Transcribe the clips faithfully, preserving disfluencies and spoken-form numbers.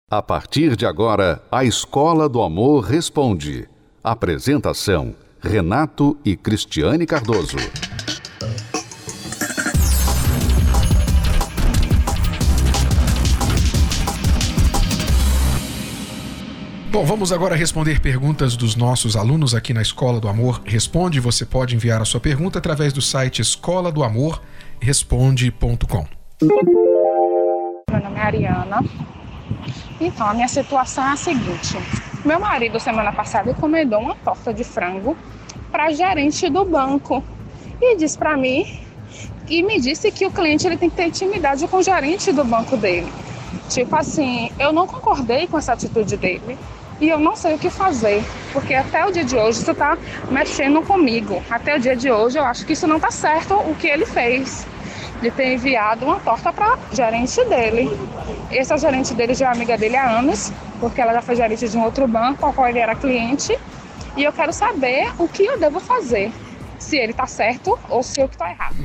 A partir de agora, a Escola do Amor Responde. Apresentação: Renato e Cristiane Cardoso. Bom, vamos agora responder perguntas dos nossos alunos aqui na Escola do Amor Responde. Você pode enviar a sua pergunta através do site escola do amor responde ponto com. Meu nome é Ariana. Então, a minha situação é a seguinte. Meu marido, semana passada, encomendou uma torta de frango para a gerente do banco. E disse para mim, e me disse que o cliente ele tem que ter intimidade com o gerente do banco dele. Tipo assim, eu não concordei com essa atitude dele e eu não sei o que fazer. Porque até o dia de hoje isso está mexendo comigo. Até o dia de hoje eu acho que isso não está certo o que ele fez. De ter enviado uma torta para gerente dele. Essa gerente dele já é amiga dele há anos, porque ela já foi gerente de um outro banco, ao qual ele era cliente. E eu quero saber o que eu devo fazer. Se ele está certo ou se eu que estou errado.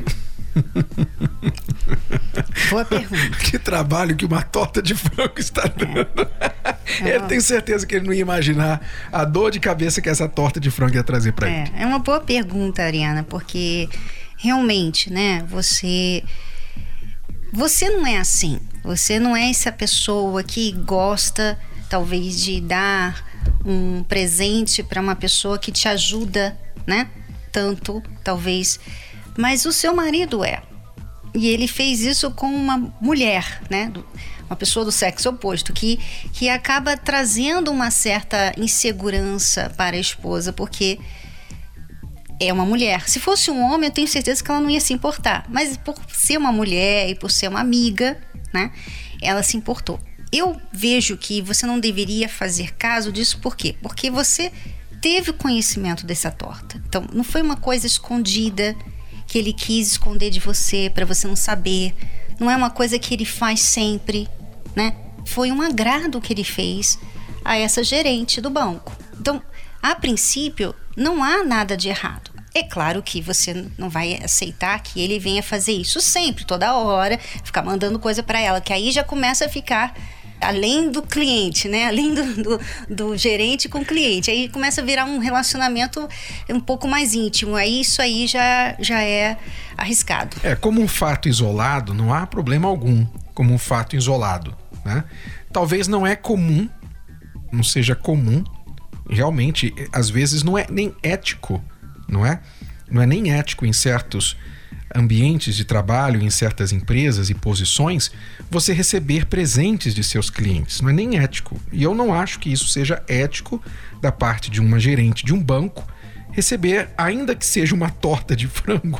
Boa pergunta. Que trabalho que uma torta de frango está dando. É. Eu tenho certeza que ele não ia imaginar a dor de cabeça que essa torta de frango ia trazer para é, ele. É uma boa pergunta, Ariana, porque realmente, né, você você não é assim. Você não é essa pessoa que gosta, talvez, de dar um presente para uma pessoa que te ajuda, né? Tanto, talvez. Mas o seu marido é. E ele fez isso com uma mulher, né? Uma pessoa do sexo oposto, que, que acaba trazendo uma certa insegurança para a esposa, porque é uma mulher. Se fosse um homem, eu tenho certeza que ela não ia se importar. Mas por ser uma mulher e por ser uma amiga, né, ela se importou. Eu vejo que você não deveria fazer caso disso. Por quê? Porque você teve conhecimento dessa torta. Então, não foi uma coisa escondida que ele quis esconder de você para você não saber. Não é uma coisa que ele faz sempre, né? Foi um agrado que ele fez a essa gerente do banco. Então, a princípio, não há nada de errado. É claro que você não vai aceitar que ele venha fazer isso sempre, toda hora, ficar mandando coisa para ela, que aí já começa a ficar além do cliente, né? Além do, do, do gerente com o cliente. Aí começa a virar um relacionamento um pouco mais íntimo. Aí isso aí já, já é arriscado. É, como um fato isolado, não há problema algum como um fato isolado, né? Talvez não é comum, não seja comum, realmente, às vezes não é nem ético, não é? Não é nem ético em certos ambientes de trabalho, em certas empresas e posições, você receber presentes de seus clientes. Não é nem ético. E eu não acho que isso seja ético da parte de uma gerente de um banco receber, ainda que seja uma torta de frango.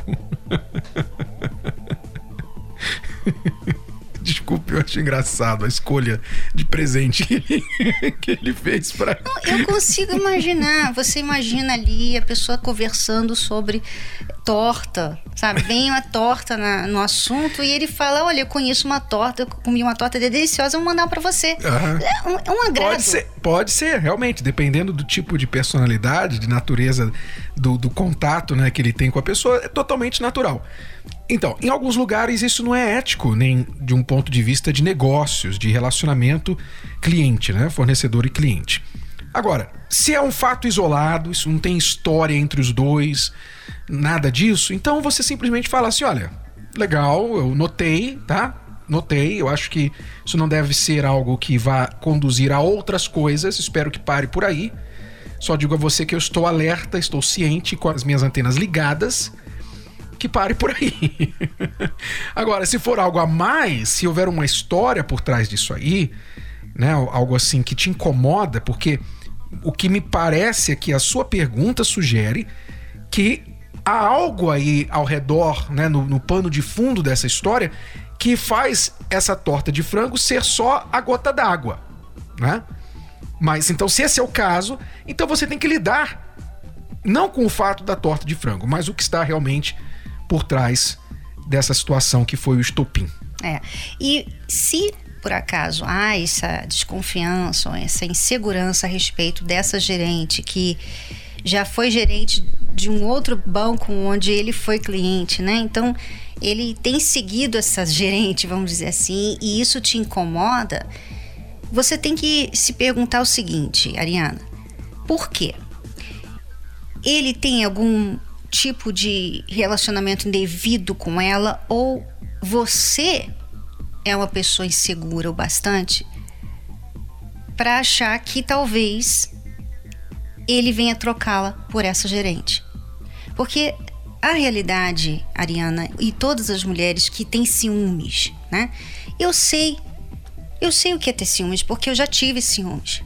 Desculpe, eu acho engraçado a escolha de presente que ele, que ele fez pra... Eu consigo imaginar. Você imagina ali a pessoa conversando sobre torta, sabe? Vem uma torta na, no assunto e ele fala, olha, eu conheço uma torta, eu comi uma torta deliciosa, vou mandar pra você. Uhum. É, um, é um agrado. Pode ser, pode ser, realmente, dependendo do tipo de personalidade, de natureza do, do contato, né, que ele tem com a pessoa, é totalmente natural. Então, em alguns lugares isso não é ético, nem de um ponto de vista de negócios, de relacionamento cliente, né? Fornecedor e cliente. Agora, se é um fato isolado, isso não tem história entre os dois, nada disso, então você simplesmente fala assim, olha, legal, eu notei, tá? Notei, eu acho que isso não deve ser algo que vá conduzir a outras coisas, espero que pare por aí. Só digo a você que eu estou alerta, estou ciente, com as minhas antenas ligadas, que pare por aí. Agora, se for algo a mais, se houver uma história por trás disso aí, né, algo assim que te incomoda, porque o que me parece é que a sua pergunta sugere que há algo aí ao redor, né, no, no pano de fundo dessa história, que faz essa torta de frango ser só a gota d'água, né? Mas então, se esse é o caso, então você tem que lidar não com o fato da torta de frango, mas o que está realmente por trás dessa situação que foi o estopim. É. E se por acaso há essa desconfiança ou essa insegurança a respeito dessa gerente que já foi gerente de um outro banco onde ele foi cliente, né? Então ele tem seguido essa gerente, vamos dizer assim, e isso te incomoda, você tem que se perguntar o seguinte, Ariana, por quê? Ele tem algum tipo de relacionamento indevido com ela, ou você é uma pessoa insegura o bastante para achar que talvez ele venha trocá-la por essa gerente? Porque a realidade, Ariana, e todas as mulheres que têm ciúmes, né? Eu sei, eu sei o que é ter ciúmes, porque eu já tive ciúmes.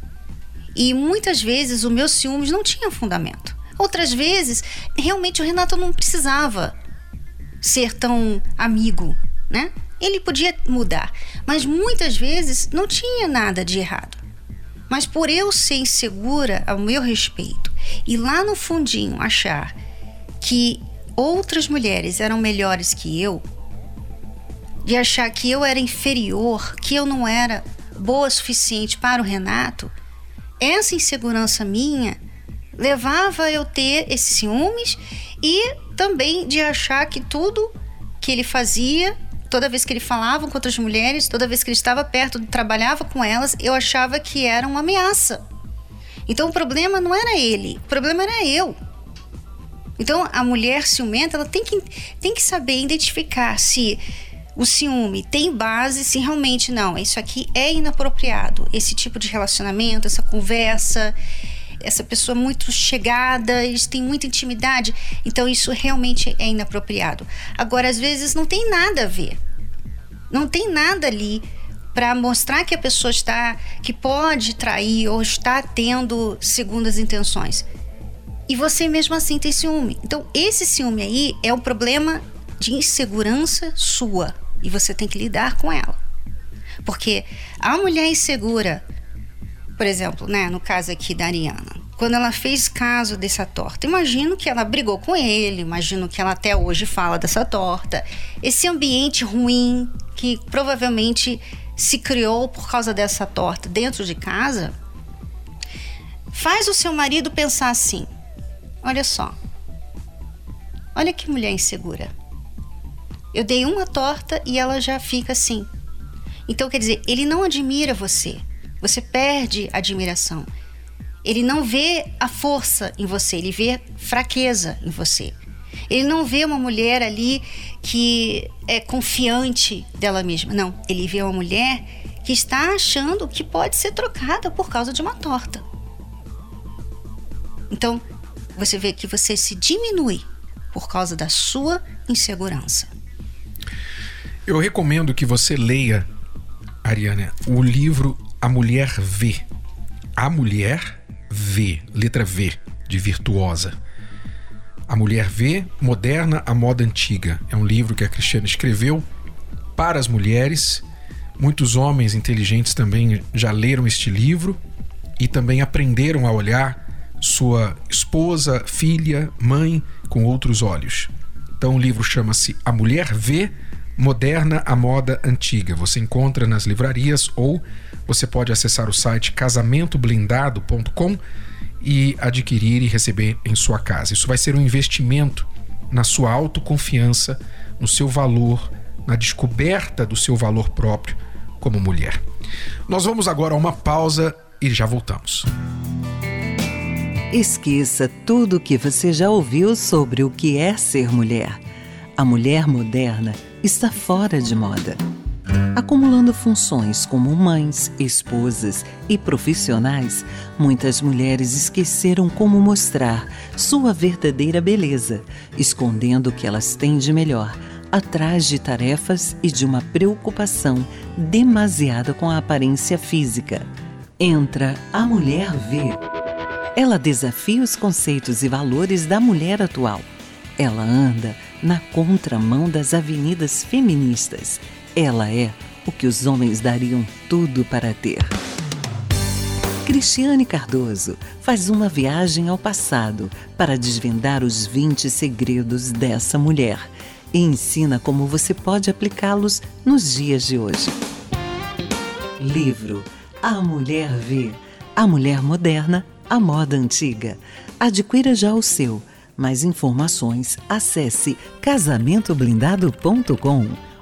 E muitas vezes o meu ciúmes não tinha fundamento. Outras vezes, realmente o Renato não precisava ser tão amigo, né? Ele podia mudar, mas muitas vezes não tinha nada de errado. Mas por eu ser insegura ao meu respeito e lá no fundinho achar que outras mulheres eram melhores que eu, de achar que eu era inferior, que eu não era boa o suficiente para o Renato, essa insegurança minha levava eu ter esses ciúmes e também de achar que tudo que ele fazia, toda vez que ele falava com outras mulheres, toda vez que ele estava perto, trabalhava com elas, eu achava que era uma ameaça. Então o problema não era ele, o problema era eu. Então a mulher ciumenta, ela tem que, tem que saber identificar se o ciúme tem base, se realmente não, isso aqui é inapropriado, esse tipo de relacionamento, essa conversa, essa pessoa muito chegada, eles têm muita intimidade, então isso realmente é inapropriado. Agora, às vezes não tem nada a ver, não tem nada ali para mostrar que a pessoa está, que pode trair ou está tendo segundas intenções. E você mesmo assim tem ciúme. Então esse ciúme aí é um problema de insegurança sua e você tem que lidar com ela. Porque a mulher insegura, por exemplo, né, no caso aqui da Ariana, quando ela fez caso dessa torta, imagino que ela brigou com ele, imagino que ela até hoje fala dessa torta. Esse ambiente ruim que provavelmente se criou por causa dessa torta dentro de casa, faz o seu marido pensar assim: olha só, olha que mulher insegura. Eu dei uma torta e ela já fica assim. Então, quer dizer, ele não admira você. Você perde a admiração. Ele não vê a força em você, ele vê fraqueza em você. Ele não vê uma mulher ali que é confiante dela mesma. Não, ele vê uma mulher que está achando que pode ser trocada por causa de uma torta. Então, você vê que você se diminui por causa da sua insegurança. Eu recomendo que você leia, Ariana, o livro A Mulher Vê. A Mulher Vê, letra V, de virtuosa. A Mulher Vê, moderna à moda antiga. É um livro que a Cristiane escreveu para as mulheres. Muitos homens inteligentes também já leram este livro e também aprenderam a olhar sua esposa, filha, mãe com outros olhos. Então o livro chama-se A Mulher Vê, moderna à moda antiga. Você encontra nas livrarias ou você pode acessar o site casamento blindado ponto com e adquirir e receber em sua casa. Isso vai ser um investimento na sua autoconfiança, no seu valor, na descoberta do seu valor próprio como mulher. Nós vamos agora a uma pausa e já voltamos. Esqueça tudo o que você já ouviu sobre o que é ser mulher. A mulher moderna está fora de moda. Acumulando funções como mães, esposas e profissionais, muitas mulheres esqueceram como mostrar sua verdadeira beleza, escondendo o que elas têm de melhor, atrás de tarefas e de uma preocupação demasiada com a aparência física. Entra a Mulher Vê. Ela desafia os conceitos e valores da mulher atual. Ela anda na contramão das avenidas feministas. Ela é o que os homens dariam tudo para ter. Cristiane Cardoso faz uma viagem ao passado para desvendar os vinte segredos dessa mulher e ensina como você pode aplicá-los nos dias de hoje. Livro A Mulher Vê, a mulher moderna, a moda antiga. Adquira já o seu. Mais informações, acesse casamento blindado ponto com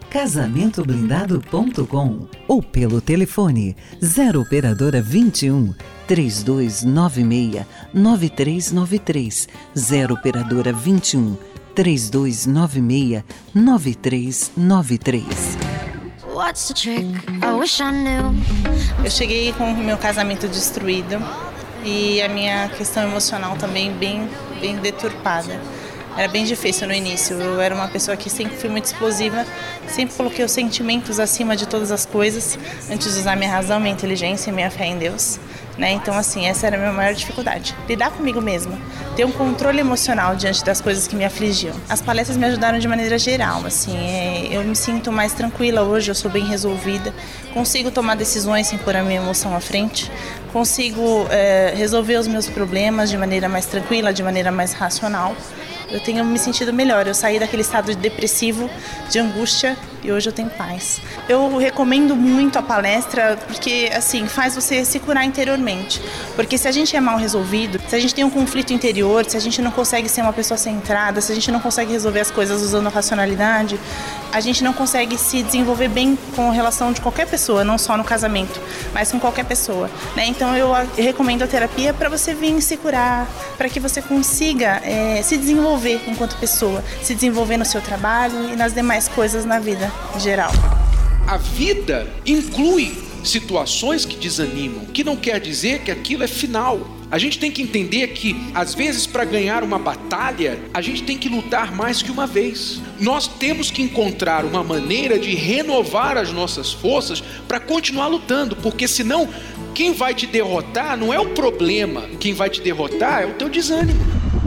casamento blindado ponto com ou pelo telefone zero operadora vinte e um, três dois nove seis, nove três nove três, zero operadora vinte e um, três dois nove seis, nove três nove três. What's the trick? I wish I knew. Eu cheguei com o meu casamento destruído e a minha questão emocional também bem, bem deturpada. Era bem difícil no início. Eu era uma pessoa que sempre fui muito explosiva, sempre coloquei os sentimentos acima de todas as coisas, antes de usar minha razão, minha inteligência e minha fé em Deus. Né? Então, assim, essa era a minha maior dificuldade. Lidar comigo mesma, ter um controle emocional diante das coisas que me afligiam. As palestras me ajudaram de maneira geral, assim, é, eu me sinto mais tranquila hoje, eu sou bem resolvida, consigo tomar decisões sem pôr a minha emoção à frente, consigo é, resolver os meus problemas de maneira mais tranquila, de maneira mais racional. Eu tenho me sentido melhor, eu saí daquele estado de depressivo, de angústia, e hoje eu tenho paz. Eu recomendo muito a palestra porque, assim, faz você se curar interiormente. Porque se a gente é mal resolvido, se a gente tem um conflito interior, se a gente não consegue ser uma pessoa centrada, se a gente não consegue resolver as coisas usando a racionalidade, a gente não consegue se desenvolver bem com relação de qualquer pessoa, não só no casamento, mas com qualquer pessoa. Né? Então eu recomendo a terapia para você vir se curar, para que você consiga é, se desenvolver enquanto pessoa, se desenvolver no seu trabalho e nas demais coisas na vida em geral. A vida inclui situações que desanimam, que não quer dizer que aquilo é final. A gente tem que entender que, às vezes, para ganhar uma batalha, a gente tem que lutar mais que uma vez. Nós temos que encontrar uma maneira de renovar as nossas forças para continuar lutando, porque senão, quem vai te derrotar não é o problema, quem vai te derrotar é o teu desânimo.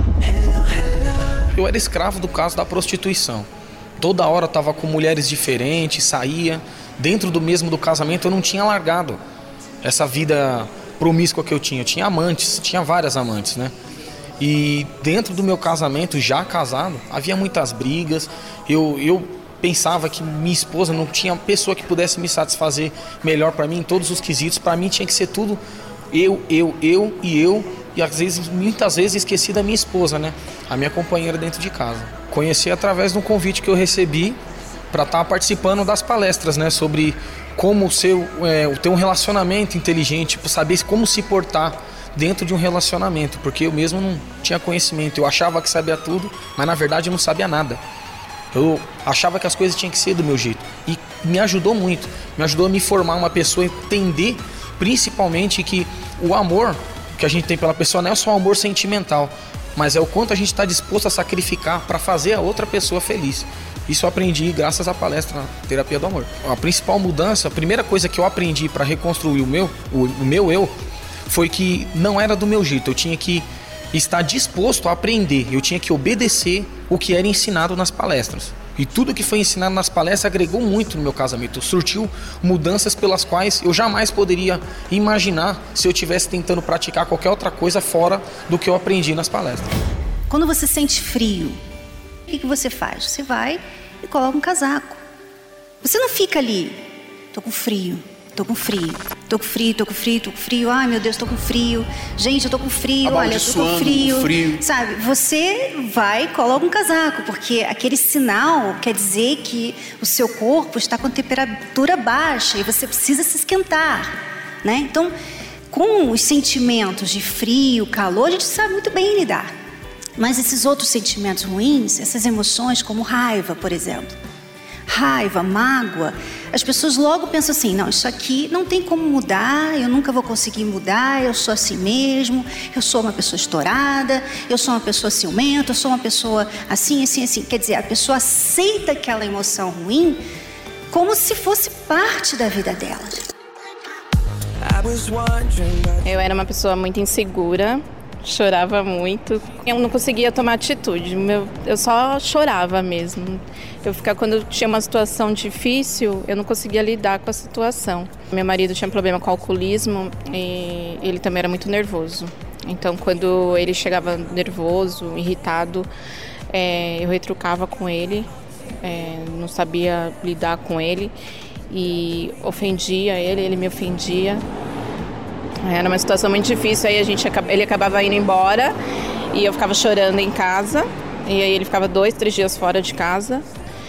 Eu era escravo do caso da prostituição. Toda hora estava com mulheres diferentes, saía. Dentro do mesmo do casamento eu não tinha largado essa vida promíscua que eu tinha. Eu tinha amantes, tinha várias amantes, né? E dentro do meu casamento, já casado, havia muitas brigas. Eu, eu pensava que minha esposa não tinha pessoa que pudesse me satisfazer melhor para mim em todos os quesitos. Para mim tinha que ser tudo eu, eu, eu e eu. E às vezes, muitas vezes esqueci da minha esposa, né? A minha companheira dentro de casa. Conheci através de um convite que eu recebi para estar participando das palestras, né? Sobre como ser, é, ter um relacionamento inteligente, saber como se portar dentro de um relacionamento. Porque eu mesmo não tinha conhecimento. Eu achava que sabia tudo, mas na verdade eu não sabia nada. Eu achava que as coisas tinham que ser do meu jeito. E me ajudou muito. Me ajudou a me formar uma pessoa, entender principalmente que o amor que a gente tem pela pessoa não é só um amor sentimental, mas é o quanto a gente está disposto a sacrificar para fazer a outra pessoa feliz. Isso eu aprendi graças à palestra na Terapia do Amor. A principal mudança, a primeira coisa que eu aprendi para reconstruir o meu, o, o meu eu, foi que não era do meu jeito. Eu tinha que estar disposto a aprender, eu tinha que obedecer o que era ensinado nas palestras. E tudo que foi ensinado nas palestras agregou muito no meu casamento. Surtiu mudanças pelas quais eu jamais poderia imaginar se eu estivesse tentando praticar qualquer outra coisa fora do que eu aprendi nas palestras. Quando você sente frio, o que, que você faz? Você vai e coloca um casaco. Você não fica ali, tô com frio, tô com frio, tô com frio, tô com frio, tô com frio, ai meu Deus, tô com frio, gente, eu tô com frio, olha, eu tô com frio, frio. Sabe, você vai e coloca um casaco, porque aquele sinal quer dizer que o seu corpo está com temperatura baixa e você precisa se esquentar, né? Então, com os sentimentos de frio, calor, a gente sabe muito bem lidar. Mas esses outros sentimentos ruins, essas emoções como raiva, por exemplo, raiva, mágoa, as pessoas logo pensam assim, não, isso aqui não tem como mudar, eu nunca vou conseguir mudar, eu sou assim mesmo, eu sou uma pessoa estourada, eu sou uma pessoa ciumenta, eu sou uma pessoa assim, assim, assim. Quer dizer, a pessoa aceita aquela emoção ruim como se fosse parte da vida dela. Eu era uma pessoa muito insegura, chorava muito. Eu não conseguia tomar atitude, eu só chorava mesmo. Eu ficava, quando tinha uma situação difícil, eu não conseguia lidar com a situação. Meu marido tinha problema com alcoolismo e ele também era muito nervoso. Então, quando ele chegava nervoso, irritado, é, eu retrucava com ele, é, não sabia lidar com ele e ofendia ele, ele me ofendia. Era uma situação muito difícil, aí a gente, ele acabava indo embora e eu ficava chorando em casa. E aí ele ficava dois, três dias fora de casa.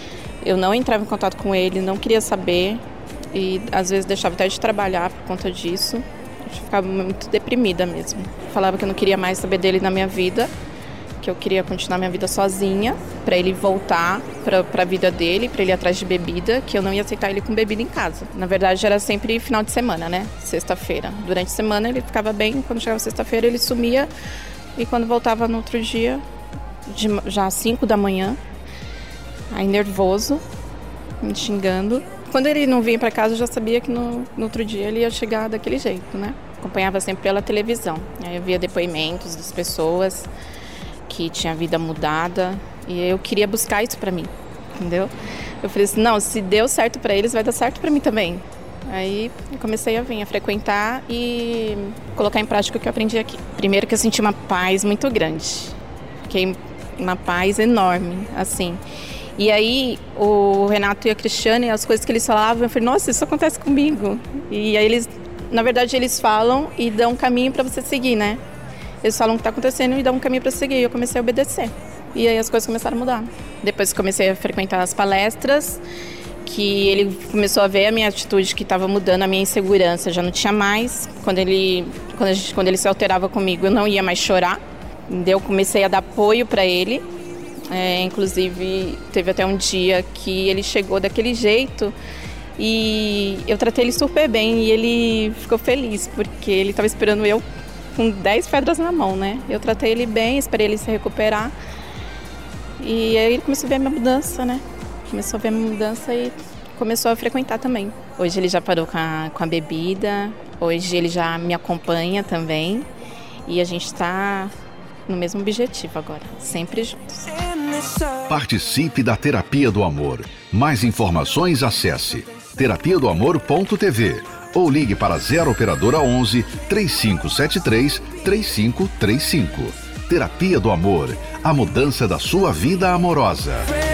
Eu não entrava em contato com ele, não queria saber e às vezes deixava até de trabalhar por conta disso. Eu ficava muito deprimida mesmo. Falava que eu não queria mais saber dele na minha vida, que eu queria continuar minha vida sozinha, para ele voltar para a vida dele, para ele ir atrás de bebida, que eu não ia aceitar ele com bebida em casa. Na verdade, era sempre final de semana, né? Sexta-feira. Durante a semana ele ficava bem, quando chegava sexta-feira ele sumia e quando voltava no outro dia, de, já às cinco da manhã, aí nervoso, me xingando. Quando ele não vinha para casa, eu já sabia que no, no outro dia ele ia chegar daquele jeito, né? Acompanhava sempre pela televisão. Aí eu via depoimentos das pessoas que tinha a vida mudada e eu queria buscar isso pra mim, entendeu? Eu falei assim, não, se deu certo pra eles, vai dar certo pra mim também. Aí eu comecei a vir, a frequentar e colocar em prática o que eu aprendi aqui. Primeiro que eu senti uma paz muito grande, fiquei uma paz enorme, assim. E aí o Renato e a Cristiane, as coisas que eles falavam, eu falei, nossa, isso acontece comigo. E aí eles, na verdade, eles falam e dão um caminho pra você seguir, né? Eles falam o que está acontecendo e dão um caminho para seguir. E eu comecei a obedecer. E aí as coisas começaram a mudar. Depois comecei a frequentar as palestras, que ele começou a ver a minha atitude que estava mudando, a minha insegurança já não tinha mais. Quando ele, quando, a gente, quando ele se alterava comigo, eu não ia mais chorar. Eu comecei a dar apoio para ele. É, inclusive, teve até um dia que ele chegou daquele jeito e eu tratei ele super bem e ele ficou feliz, porque ele estava esperando eu com dez pedras na mão, né? Eu tratei ele bem, esperei ele se recuperar. E aí ele começou a ver a minha mudança, né? Começou a ver a minha mudança e começou a frequentar também. Hoje ele já parou com a, com a bebida, hoje ele já me acompanha também. E a gente está no mesmo objetivo agora, sempre juntos. Participe da Terapia do Amor. Mais informações, acesse terapia do amor ponto t v. Ou ligue para zero operadora onze, três cinco sete três, três cinco três cinco. Terapia do Amor, a mudança da sua vida amorosa.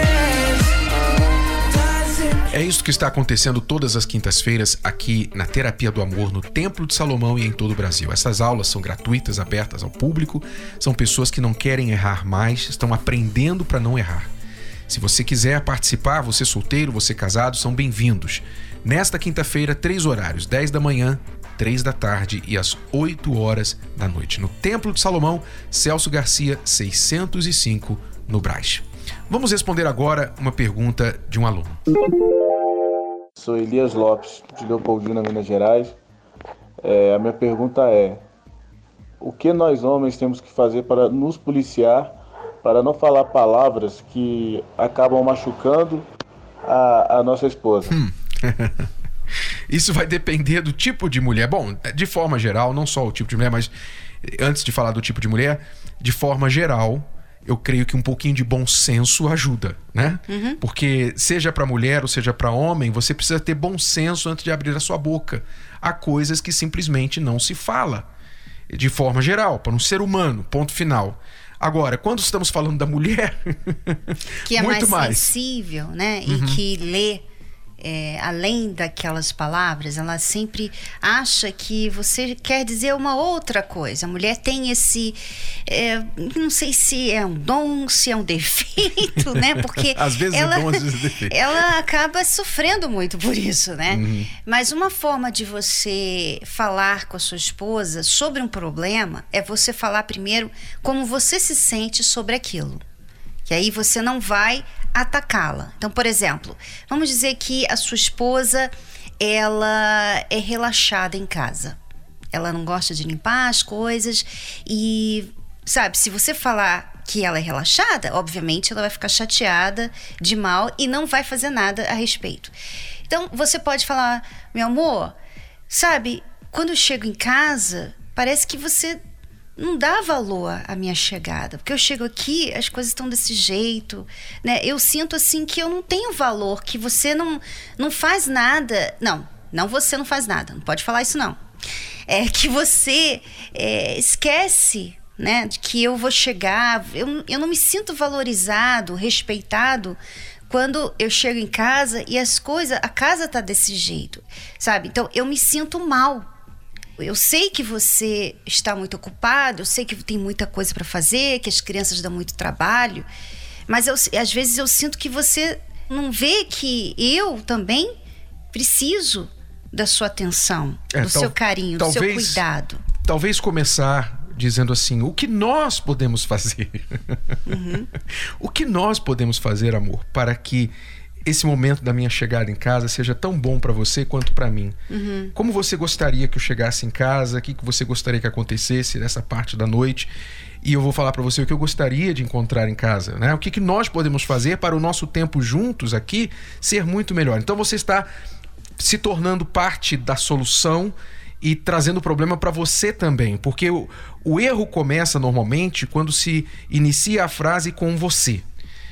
É isso que está acontecendo todas as quintas-feiras aqui na Terapia do Amor, no Templo de Salomão e em todo o Brasil. Essas aulas são gratuitas, abertas ao público. São pessoas que não querem errar mais, estão aprendendo para não errar. Se você quiser participar, você solteiro, você casado, são bem-vindos. Nesta quinta-feira, três horários, dez da manhã, três da tarde e às oito horas da noite. No Templo de Salomão, Celso Garcia, seiscentos e cinco, no Brás. Vamos responder agora uma pergunta de um aluno. Sou Elias Lopes, de Leopoldina, Minas Gerais. É, a minha pergunta é: o que nós homens temos que fazer para nos policiar, para não falar palavras que acabam machucando a, a nossa esposa? Hum. Isso vai depender do tipo de mulher. Bom, de forma geral, não só o tipo de mulher, mas antes de falar do tipo de mulher, de forma geral, eu creio que um pouquinho de bom senso ajuda, né? Uhum. Porque seja para mulher ou seja para homem, você precisa ter bom senso antes de abrir a sua boca. Há coisas que simplesmente não se fala, de forma geral, para um ser humano, ponto final. Agora, quando estamos falando da mulher, que é muito mais, mais sensível, né? Uhum. E que lê É, além daquelas palavras, ela sempre acha que você quer dizer uma outra coisa. A mulher tem esse, é, não sei se é um dom, se é um defeito, né? Porque às vezes ela, é dom, às vezes é defeito. Ela acaba sofrendo muito por isso, né? Uhum. Mas uma forma de você falar com a sua esposa sobre um problema é você falar primeiro como você se sente sobre aquilo. Que aí você não vai atacá-la. Então, por exemplo, vamos dizer que a sua esposa, ela é relaxada em casa. Ela não gosta de limpar as coisas e, sabe, se você falar que ela é relaxada, obviamente ela vai ficar chateada, de mal e não vai fazer nada a respeito. Então, você pode falar: meu amor, sabe, quando eu chego em casa, parece que você não dá valor à minha chegada, porque eu chego aqui, as coisas estão desse jeito, né? Eu sinto assim que eu não tenho valor, que você não, não faz nada. Não, não você não faz nada, não pode falar isso não. É que você é, esquece, né, de que eu vou chegar, eu, eu não me sinto valorizado, respeitado quando eu chego em casa e as coisas, a casa tá desse jeito, sabe? Então eu me sinto mal. Eu sei que você está muito ocupado, eu sei que tem muita coisa para fazer, que as crianças dão muito trabalho, mas eu, às vezes eu sinto que você Não vê que eu também preciso da sua atenção, é, do tal, seu carinho, talvez, do seu cuidado. Talvez começar dizendo assim, o que nós podemos fazer? Uhum. O que nós podemos fazer, amor, para que esse momento da minha chegada em casa seja tão bom para você quanto para mim? Uhum. Como você gostaria que eu chegasse em casa? O que você gostaria que acontecesse nessa parte da noite? E eu vou falar para você o que eu gostaria de encontrar em casa, né? O que, que nós podemos fazer para o nosso tempo juntos aqui ser muito melhor. Então você está se tornando parte da solução e trazendo o problema para você também, porque o, o erro começa normalmente quando se inicia a frase com você.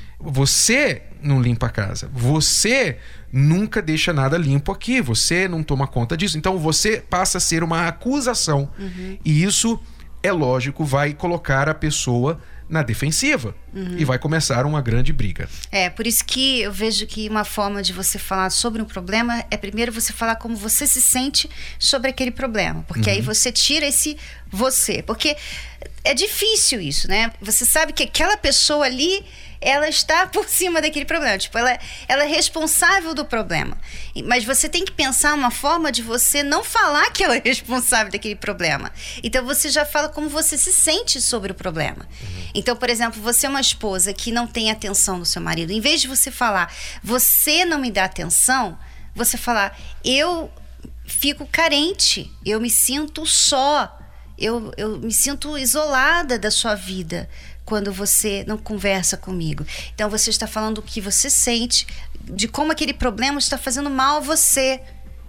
Você não limpa a casa, você nunca deixa nada limpo aqui, você não toma conta disso. Então você passa a ser uma acusação. Uhum. E isso, é lógico, vai colocar a pessoa na defensiva. Uhum. E vai começar uma grande briga. É, por isso que eu vejo que uma forma de você falar sobre um problema é primeiro você falar como você se sente sobre aquele problema. Porque uhum. aí você tira esse você. Porque é difícil isso, né? Você sabe que aquela pessoa ali, ela está por cima daquele problema. Tipo, ela, ela é responsável do problema. Mas você tem que pensar uma forma de você não falar que ela é responsável daquele problema. Então você já fala como você se sente sobre o problema. Uhum. Então, por exemplo, você é uma esposa que não tem atenção do seu marido. Em vez de você falar, você não me dá atenção, você falar, eu fico carente, eu me sinto só, eu, eu me sinto isolada da sua vida quando você não conversa comigo. Então você está falando o que você sente, de como aquele problema está fazendo mal a você.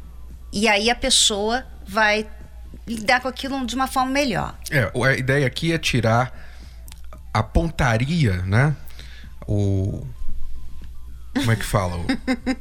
E aí a pessoa vai lidar com aquilo de uma forma melhor. É, a ideia aqui é tirar a pontaria, né? O... Como é que fala? O...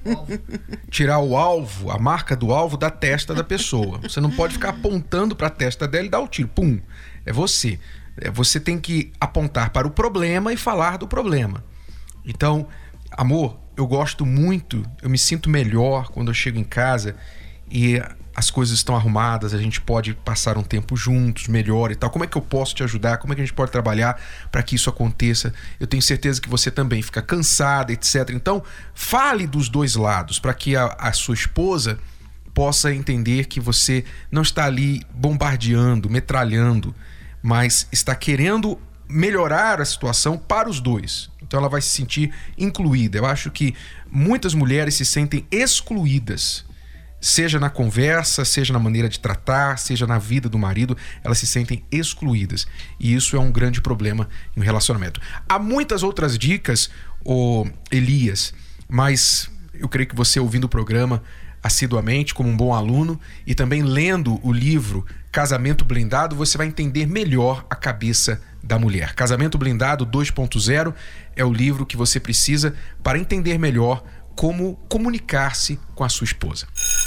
Tirar o alvo, a marca do alvo da testa da pessoa. Você não pode ficar apontando para a testa dela e dar o tiro. Pum! É você. Você tem que apontar para o problema e falar do problema. Então, amor, eu gosto muito, eu me sinto melhor quando eu chego em casa e as coisas estão arrumadas, a gente pode passar um tempo juntos, melhor e tal. Como é que eu posso te ajudar? Como é que a gente pode trabalhar para que isso aconteça? Eu tenho certeza que você também fica cansada, etcétera. Então, fale dos dois lados para que a, a sua esposa possa entender que você não está ali bombardeando, metralhando, mas está querendo melhorar a situação para os dois. Então ela vai se sentir incluída. Eu acho que muitas mulheres se sentem excluídas, seja na conversa, seja na maneira de tratar, seja na vida do marido, elas se sentem excluídas. E isso é um grande problema em um relacionamento. Há muitas outras dicas, ô Elias, mas eu creio que você, ouvindo o programa assiduamente, como um bom aluno, e também lendo o livro Casamento Blindado, você vai entender melhor a cabeça da mulher. Casamento Blindado dois ponto zero é o livro que você precisa para entender melhor como comunicar-se com a sua esposa.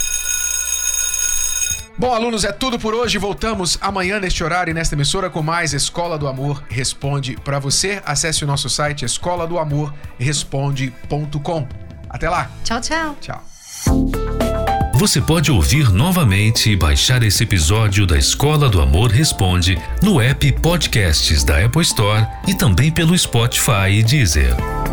Bom, alunos, é tudo por hoje. Voltamos amanhã neste horário e nesta emissora com mais Escola do Amor Responde para você. Acesse o nosso site escola do amor responde ponto com. Até lá. Tchau, tchau. Tchau. Você pode ouvir novamente e baixar esse episódio da Escola do Amor Responde no app Podcasts da Apple Store e também pelo Spotify e Deezer.